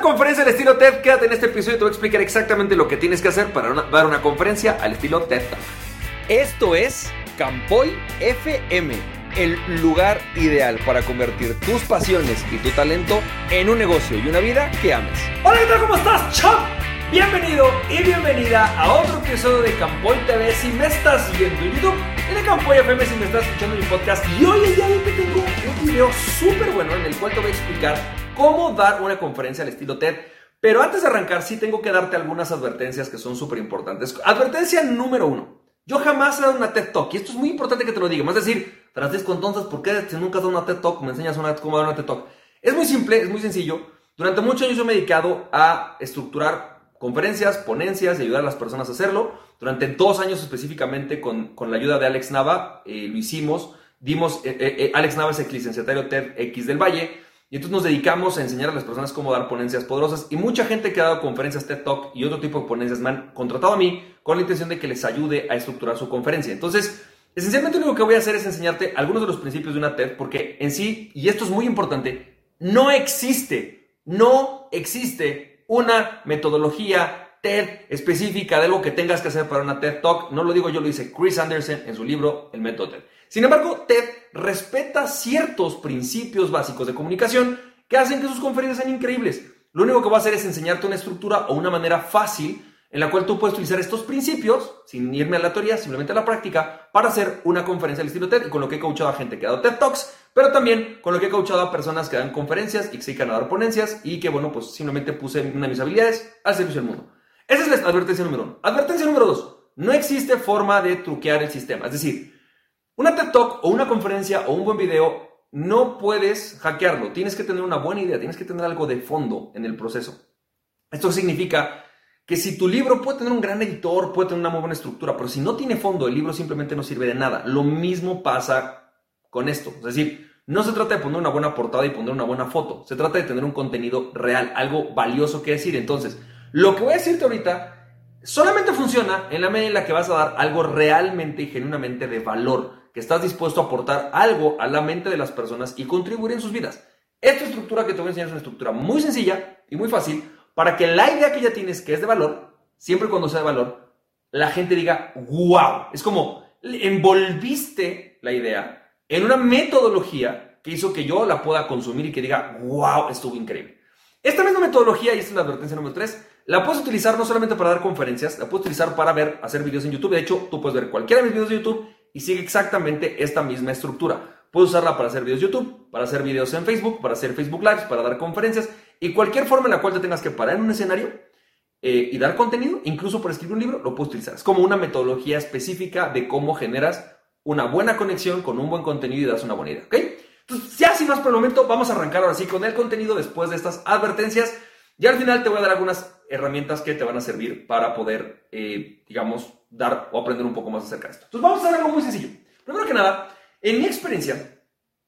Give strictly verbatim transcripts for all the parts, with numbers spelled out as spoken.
conferencia al estilo TED? Quédate en este episodio y te voy a explicar exactamente lo que tienes que hacer para una, dar una conferencia al estilo TED. Esto es Campoy F M, el lugar ideal para convertir tus pasiones y tu talento en un negocio y una vida que ames. Hola, ¿qué tal? ¿Cómo estás, champ? Bienvenido y bienvenida a otro episodio de Campoy T V si me estás viendo en YouTube, y de Campoy F M si me estás escuchando en mi podcast. Y hoy el día de hoy te tengo un video súper bueno en el cual te voy a explicar cómo dar una conferencia al estilo TED. Pero antes de arrancar, sí tengo que darte algunas advertencias que son súper importantes. Advertencia número uno. Yo jamás he dado una TED Talk, y esto es muy importante que te lo diga. Es decir, Francisco, entonces, ¿por qué si nunca has dado una TED Talk me enseñas una, cómo dar una TED Talk? Es muy simple, es muy sencillo. Durante muchos años yo me he dedicado a estructurar conferencias, ponencias y ayudar a las personas a hacerlo. Durante dos años específicamente con, con la ayuda de Alex Nava eh, lo hicimos. Dimos, eh, eh, Alex Nava es el licenciatario TEDx del Valle, y entonces nos dedicamos a enseñar a las personas cómo dar ponencias poderosas, y mucha gente que ha dado conferencias TED Talk y otro tipo de ponencias me han contratado a mí con la intención de que les ayude a estructurar su conferencia. Entonces, esencialmente lo único que voy a hacer es enseñarte algunos de los principios de una TED, porque en sí, y esto es muy importante, no existe, no existe una metodología TED específica de algo que tengas que hacer para una TED Talk. No lo digo yo, lo dice Chris Anderson en su libro El Método TED. Sin embargo, TED respeta ciertos principios básicos de comunicación que hacen que sus conferencias sean increíbles. Lo único que voy a hacer es enseñarte una estructura o una manera fácil en la cual tú puedes utilizar estos principios, sin irme a la teoría, simplemente a la práctica, para hacer una conferencia al estilo TED, y con lo que he coachado a gente que ha dado TED Talks, pero también con lo que he coachado a personas que dan conferencias y que se dedican a dar ponencias, y que, bueno, pues simplemente puse una de mis habilidades al servicio del mundo. Esa es la advertencia número uno. Advertencia número dos. No existe forma de truquear el sistema. Es decir, una TED Talk o una conferencia o un buen video no puedes hackearlo. Tienes que tener una buena idea, tienes que tener algo de fondo en el proceso. Esto significa que si tu libro puede tener un gran editor, puede tener una muy buena estructura, pero si no tiene fondo, el libro simplemente no sirve de nada. Lo mismo pasa con esto. Es decir, no se trata de poner una buena portada y poner una buena foto. Se trata de tener un contenido real, algo valioso que decir. Entonces, lo que voy a decirte ahorita solamente funciona en la medida en la que vas a dar algo realmente y genuinamente de valor, que estás dispuesto a aportar algo a la mente de las personas y contribuir en sus vidas. Esta estructura que te voy a enseñar es una estructura muy sencilla y muy fácil, para que la idea que ya tienes, que es de valor, siempre y cuando sea de valor, la gente diga, wow. Es como envolviste la idea en una metodología que hizo que yo la pueda consumir y que diga, wow, estuvo increíble. Esta misma metodología, y esta es la advertencia número tres, la puedes utilizar no solamente para dar conferencias, la puedes utilizar para ver, hacer videos en YouTube. De hecho, tú puedes ver cualquiera de mis videos de YouTube y sigue exactamente esta misma estructura. Puedes usarla para hacer videos de YouTube, para hacer videos en Facebook, para hacer Facebook Lives, para dar conferencias, y cualquier forma en la cual te tengas que parar en un escenario eh, y dar contenido, incluso para escribir un libro, lo puedes utilizar. Es como una metodología específica de cómo generas una buena conexión con un buen contenido y das una buena idea, ¿ok? Entonces, ya sin más por el momento, vamos a arrancar ahora sí con el contenido después de estas advertencias. Y al final te voy a dar algunas herramientas que te van a servir para poder, eh, digamos, dar o aprender un poco más acerca de esto. Entonces, vamos a hacer algo muy sencillo. Primero que nada, en mi experiencia,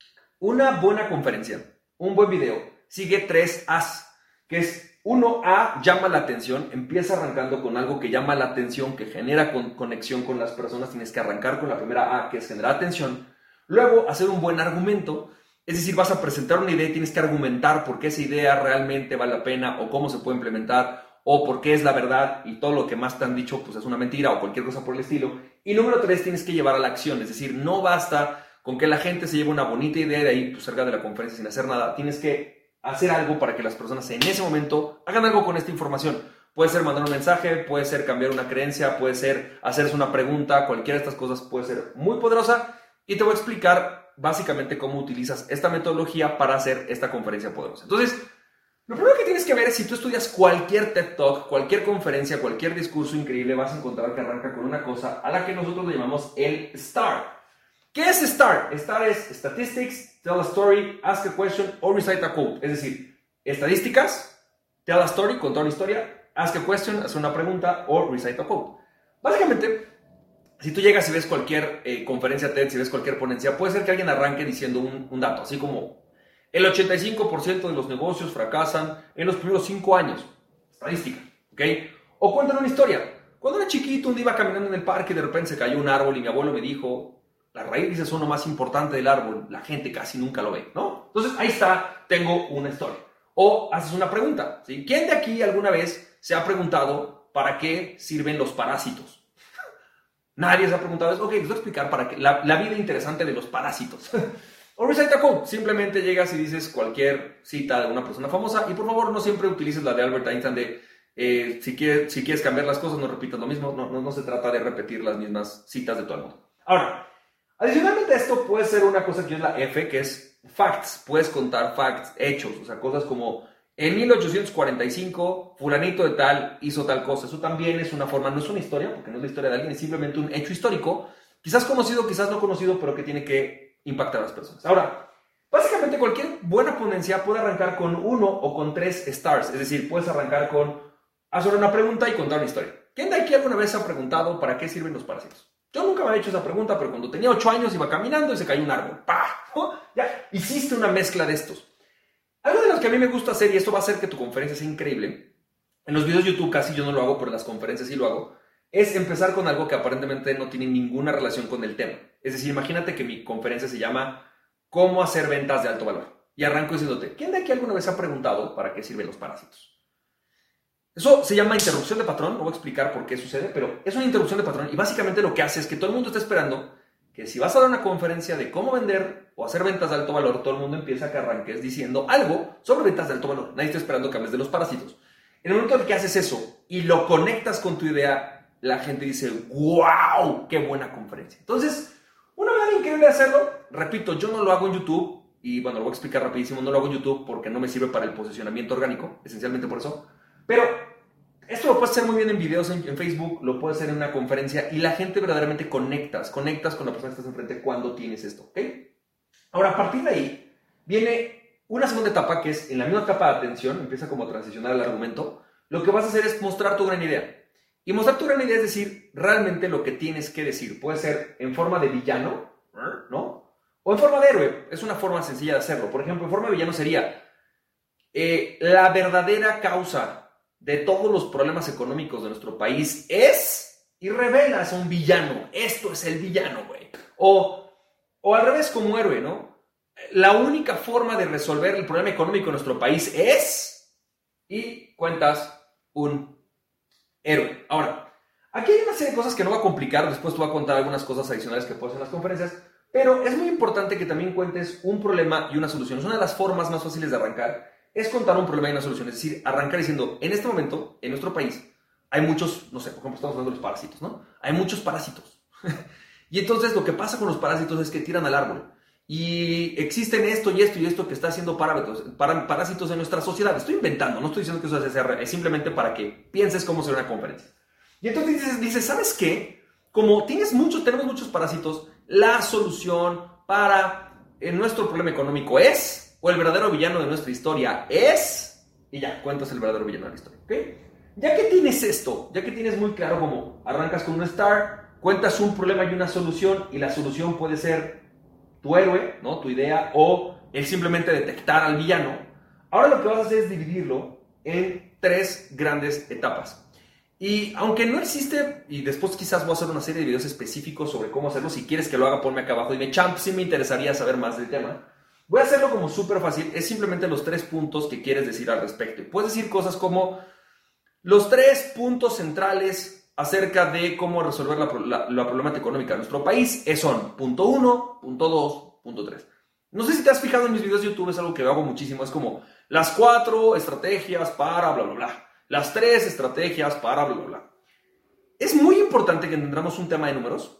una buena conferencia, un buen video, sigue tres A's, que es uno, A, llama la atención. Empieza arrancando con algo que llama la atención, que genera con, conexión con las personas. Tienes que arrancar con la primera A, que es generar atención. Luego, hacer un buen argumento, es decir, vas a presentar una idea y tienes que argumentar por qué esa idea realmente vale la pena, o cómo se puede implementar, o por qué es la verdad y todo lo que más te han dicho pues es una mentira o cualquier cosa por el estilo. Y número tres, tienes que llevar a la acción, es decir, no basta con que la gente se lleve una bonita idea de ahí pues, cerca de la conferencia sin hacer nada. Tienes que hacer algo para que las personas en ese momento hagan algo con esta información. Puede ser mandar un mensaje, puede ser cambiar una creencia, puede ser hacerse una pregunta, cualquiera de estas cosas puede ser muy poderosa, y te voy a explicar básicamente cómo utilizas esta metodología para hacer esta conferencia poderosa. Entonces, lo primero que tienes que ver es si tú estudias cualquier TED Talk, cualquier conferencia, cualquier discurso increíble, vas a encontrar que arranca con una cosa a la que nosotros le llamamos el STAR. ¿Qué es STAR? STAR es Statistics, Tell a Story, Ask a Question o Recite a Quote. Es decir, estadísticas, Tell a Story, contar una historia, Ask a Question, hacer una pregunta, o Recite a Quote. Básicamente, si tú llegas y ves cualquier eh, conferencia TED, si ves cualquier ponencia, puede ser que alguien arranque diciendo un, un dato, así como el ochenta y cinco por ciento de los negocios fracasan en los primeros cinco años. Estadística, ¿ok? O cuentan una historia. Cuando era chiquito, un día iba caminando en el parque y de repente se cayó un árbol y mi abuelo me dijo, las raíces son lo más importante del árbol, la gente casi nunca lo ve, ¿no? Entonces ahí está, tengo una historia. O haces una pregunta, ¿sí? ¿Quién de aquí alguna vez se ha preguntado para qué sirven los parásitos? Nadie se ha preguntado eso. Ok, les voy a explicar para qué, la, la vida interesante de los parásitos. O recite a quote. Simplemente llegas y dices cualquier cita de una persona famosa. Y por favor, no siempre utilices la de Albert Einstein de eh, si, quieres, si quieres cambiar las cosas, no repitas lo mismo. No, no, no se trata de repetir las mismas citas de todo el mundo. Ahora, adicionalmente a esto puede ser una cosa que es la F, que es facts. Puedes contar facts, hechos, o sea, cosas como en mil ochocientos cuarenta y cinco fulanito de tal hizo tal cosa. Eso también es una forma, no es una historia, porque no es la historia de alguien, es simplemente un hecho histórico, quizás conocido, quizás no conocido, pero que tiene que impactar a las personas. Ahora, básicamente cualquier buena ponencia puede arrancar con uno o con tres stars, es decir, puedes arrancar con hacer una pregunta y contar una historia. ¿Quién de aquí alguna vez ha preguntado para qué sirven los parásitos? Yo nunca me había hecho esa pregunta, pero cuando tenía ocho años iba caminando y se cayó un árbol. ¡Pah! ¿No? Ya hiciste una mezcla de estos. Algo de los que a mí me gusta hacer, y esto va a hacer que tu conferencia sea increíble, en los videos de YouTube casi yo no lo hago, pero en las conferencias sí lo hago, es empezar con algo que aparentemente no tiene ninguna relación con el tema. Es decir, imagínate que mi conferencia se llama ¿Cómo hacer ventas de alto valor? Y arranco diciéndote, ¿quién de aquí alguna vez ha preguntado para qué sirven los parásitos? Eso se llama interrupción de patrón, no voy a explicar por qué sucede, pero es una interrupción de patrón y básicamente lo que hace es que todo el mundo está esperando que si vas a dar una conferencia de cómo vender o hacer ventas de alto valor, todo el mundo empieza a que arranques diciendo algo sobre ventas de alto valor. Nadie está esperando que hables de los parásitos. En el momento en que haces eso y lo conectas con tu idea, la gente dice, ¡wow! ¡Qué buena conferencia! Entonces, una manera increíble de hacerlo, repito, yo no lo hago en YouTube y bueno, lo voy a explicar rapidísimo, no lo hago en YouTube porque no me sirve para el posicionamiento orgánico, esencialmente por eso. Pero esto lo puedes hacer muy bien en videos en, en Facebook, lo puedes hacer en una conferencia y la gente verdaderamente conectas, conectas con la persona que estás enfrente cuando tienes esto, ¿ok? Ahora, a partir de ahí, viene una segunda etapa que es en la misma etapa de atención, empieza como a transicionar el argumento. Lo que vas a hacer es mostrar tu gran idea. Y mostrar tu gran idea es decir realmente lo que tienes que decir. Puede ser en forma de villano, ¿no? O en forma de héroe. Es una forma sencilla de hacerlo. Por ejemplo, en forma de villano sería eh, la verdadera causa de todos los problemas económicos de nuestro país es, y revelas a un villano, esto es el villano, güey. O, o al revés, como héroe, ¿no? La única forma de resolver el problema económico de nuestro país es, y cuentas un héroe. Ahora, aquí hay una serie de cosas que no va a complicar, después te voy a contar algunas cosas adicionales que puedes hacer en las conferencias, pero es muy importante que también cuentes un problema y una solución. Es una de las formas más fáciles de arrancar. Es contar un problema y una solución, es decir, arrancar diciendo, en este momento, en nuestro país, hay muchos, no sé, por ejemplo, estamos hablando de los parásitos, ¿no? Hay muchos parásitos. Y entonces lo que pasa con los parásitos es que tiran al árbol. Y existen esto y esto y esto que está haciendo parásitos, parásitos en nuestra sociedad. Estoy inventando, no estoy diciendo que eso sea real, es simplemente para que pienses cómo será una conferencia. Y entonces dices, dices, ¿sabes qué? Como tienes muchos, tenemos muchos parásitos, la solución para eh, nuestro problema económico es... o el verdadero villano de nuestra historia es... y ya, cuentas el verdadero villano de la historia, ¿ok? Ya que tienes esto, ya que tienes muy claro cómo arrancas con un star, cuentas un problema y una solución, y la solución puede ser tu héroe, ¿no? Tu idea, o el simplemente detectar al villano. Ahora lo que vas a hacer es dividirlo en tres grandes etapas. Y aunque no existe, y después quizás voy a hacer una serie de videos específicos sobre cómo hacerlo, si quieres que lo haga, ponme acá abajo, dime, champ, sí me interesaría saber más del tema. Voy a hacerlo como súper fácil, es simplemente los tres puntos que quieres decir al respecto. Puedes decir cosas como los tres puntos centrales acerca de cómo resolver la, la, la problemática económica de nuestro país son punto uno, punto dos, punto tres. No sé si te has fijado en mis videos de YouTube, es algo que hago muchísimo, es como las cuatro estrategias para bla bla bla, las tres estrategias para bla bla bla. Es muy importante que entendamos un tema de números.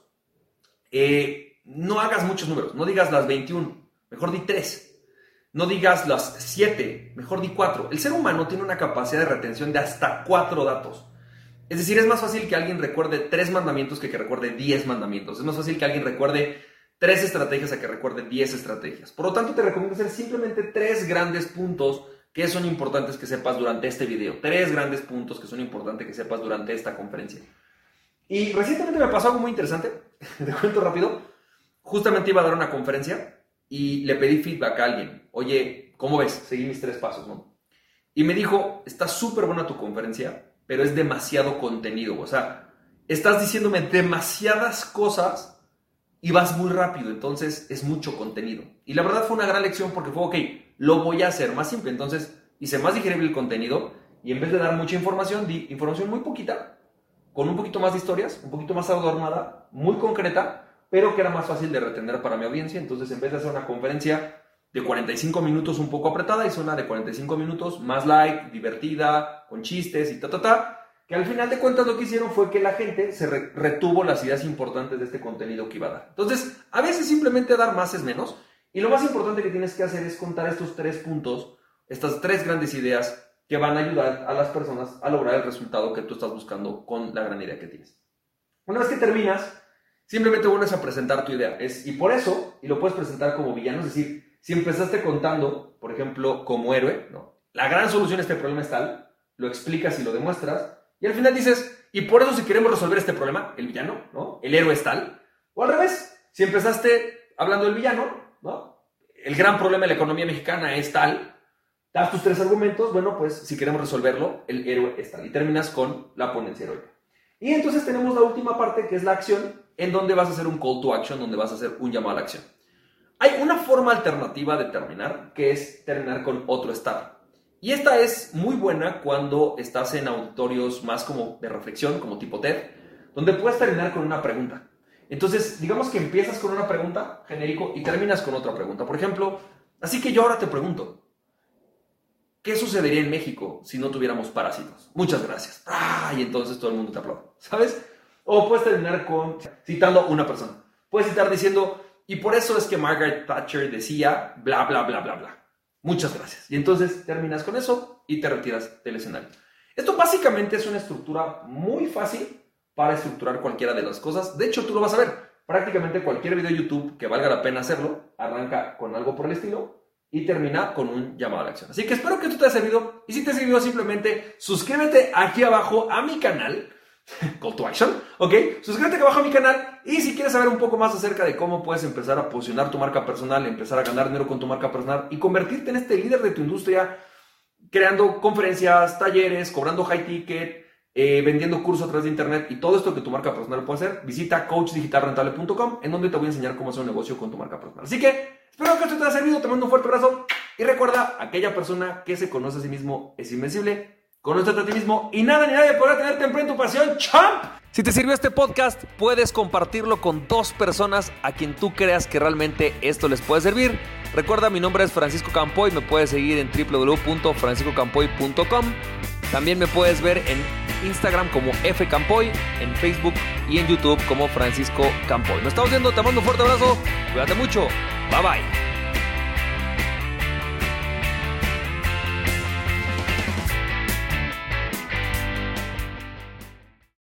Eh, no hagas muchos números, no digas las veintiuno. Mejor di tres. No digas las siete, mejor di cuatro. El ser humano tiene una capacidad de retención de hasta cuatro datos. Es decir, es más fácil que alguien recuerde tres mandamientos que que recuerde diez mandamientos. Es más fácil que alguien recuerde tres estrategias a que recuerde diez estrategias. Por lo tanto, te recomiendo hacer simplemente tres grandes puntos que son importantes que sepas durante este video. Tres grandes puntos que son importantes que sepas durante esta conferencia. Y recientemente me pasó algo muy interesante. Te cuento rápido. Justamente iba a dar una conferencia y le pedí feedback a alguien. Oye, ¿cómo ves? Seguí mis tres pasos, ¿no? Y me dijo, está súper buena tu conferencia, pero es demasiado contenido. O sea, estás diciéndome demasiadas cosas y vas muy rápido. Entonces, es mucho contenido. Y la verdad fue una gran lección porque fue, ok, lo voy a hacer más simple. Entonces, hice más digerible el contenido y en vez de dar mucha información, di información muy poquita, con un poquito más de historias, un poquito más adornada, muy concreta, pero que era más fácil de retener para mi audiencia. Entonces, en vez de hacer una conferencia de cuarenta y cinco minutos un poco apretada, hice una de cuarenta y cinco minutos más light, divertida, con chistes y ta, ta, ta, que al final de cuentas lo que hicieron fue que la gente se re- retuvo las ideas importantes de este contenido que iba a dar. Entonces, a veces simplemente dar más es menos, y lo más importante que tienes que hacer es contar estos tres puntos, estas tres grandes ideas que van a ayudar a las personas a lograr el resultado que tú estás buscando con la gran idea que tienes. Una vez que terminas, simplemente vuelves a presentar tu idea. Es, y por eso, y lo puedes presentar como villano, es decir, si empezaste contando, por ejemplo, como héroe, ¿no? La gran solución a este problema es tal, lo explicas y lo demuestras, y al final dices, y por eso si queremos resolver este problema, el villano, ¿no? El héroe es tal. O al revés, si empezaste hablando del villano, ¿no? El gran problema de la economía mexicana es tal, das tus tres argumentos, bueno, pues si queremos resolverlo, el héroe es tal. Y terminas con la ponencia heroica. Y entonces tenemos la última parte, que es la acción, en donde vas a hacer un call to action, donde vas a hacer un llamado a la acción. Hay una forma alternativa de terminar, que es terminar con otro estar. Y esta es muy buena cuando estás en auditorios más como de reflexión, como tipo TED, donde puedes terminar con una pregunta. Entonces, digamos que empiezas con una pregunta, genérico, y terminas con otra pregunta. Por ejemplo, así que yo ahora te pregunto, ¿qué sucedería en México si no tuviéramos parásitos? Muchas gracias. ¡Ah! Y entonces todo el mundo te aplaude, ¿sabes? O puedes terminar con citando a una persona. Puedes citar diciendo, y por eso es que Margaret Thatcher decía, bla, bla, bla, bla, bla. Muchas gracias. Y entonces terminas con eso y te retiras del escenario. Esto básicamente es una estructura muy fácil para estructurar cualquiera de las cosas. De hecho, tú lo vas a ver. Prácticamente cualquier video de YouTube que valga la pena hacerlo, arranca con algo por el estilo y termina con un llamado a la acción. Así que espero que esto te haya servido. Y si te sirvió, simplemente suscríbete aquí abajo a mi canal. Call to action, ¿ok? Suscríbete aquí abajo a mi canal. Y si quieres saber un poco más acerca de cómo puedes empezar a posicionar tu marca personal, empezar a ganar dinero con tu marca personal y convertirte en este líder de tu industria, creando conferencias, talleres, cobrando high ticket, eh, vendiendo cursos a través de internet y todo esto que tu marca personal puede hacer, visita coach digital rentable punto com, en donde te voy a enseñar cómo hacer un negocio con tu marca personal. Así que espero que esto te haya servido. Te mando un fuerte abrazo y recuerda, aquella persona que se conoce a sí mismo es invencible. Conócete a ti mismo y nada ni nadie podrá tenerte enfrente en tu pasión, champ. Si te sirvió este podcast, puedes compartirlo con dos personas a quien tú creas que realmente esto les puede servir. Recuerda, mi nombre es Francisco Campoy, me puedes seguir en doble u doble u doble u punto francisco campoy punto com. También me puedes ver en Instagram como F Campoy, en Facebook y en YouTube como Francisco Campoy. Nos estamos viendo, te mando un fuerte abrazo, cuídate mucho, bye bye.